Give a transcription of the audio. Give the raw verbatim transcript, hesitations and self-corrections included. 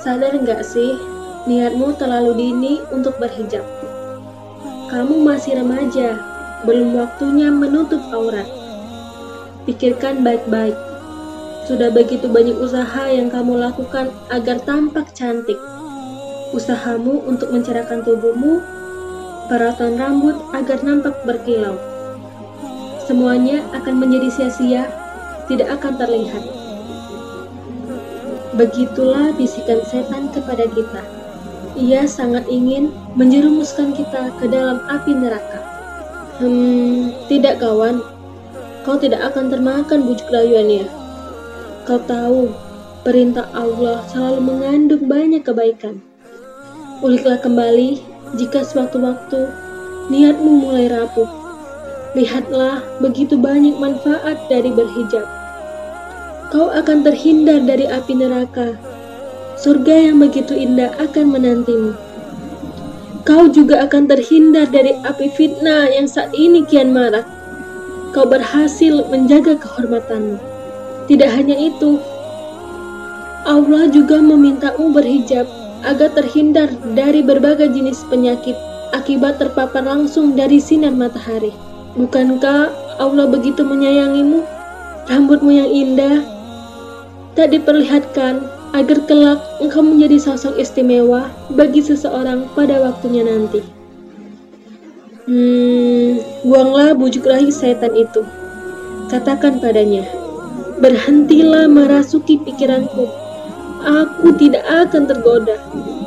Sadar nggak sih, niatmu terlalu dini untuk berhijab. Kamu masih remaja, belum waktunya menutup aurat. Pikirkan baik-baik. Sudah begitu banyak usaha yang kamu lakukan agar tampak cantik. Usahamu untuk mencerahkan tubuhmu, perawatan rambut agar nampak berkilau. Semuanya akan menjadi sia-sia, tidak akan terlihat. Begitulah bisikan setan kepada kita. Ia sangat ingin menjerumuskan kita ke dalam api neraka. Hmm, tidak kawan. Kau tidak akan termakan bujuk rayuannya. Kau tahu, perintah Allah selalu mengandung banyak kebaikan. Uliklah kembali jika sewaktu-waktu niatmu mulai rapuh. Lihatlah begitu banyak manfaat dari berhijab. Kau akan terhindar dari api neraka. Surga yang begitu indah akan menantimu. Kau juga akan terhindar dari api fitnah yang saat ini kian marak. Kau berhasil menjaga kehormatanmu. Tidak hanya itu, Allah juga memintamu berhijab agar terhindar dari berbagai jenis penyakit akibat terpapar langsung dari sinar matahari. Bukankah Allah begitu menyayangimu? Rambutmu yang indah tak diperlihatkan agar kelak engkau menjadi sosok istimewa bagi seseorang pada waktunya nanti. Hmm, buanglah bujuk rayu setan itu. Katakan padanya, berhentilah merasuki pikiranku. Aku tidak akan tergoda.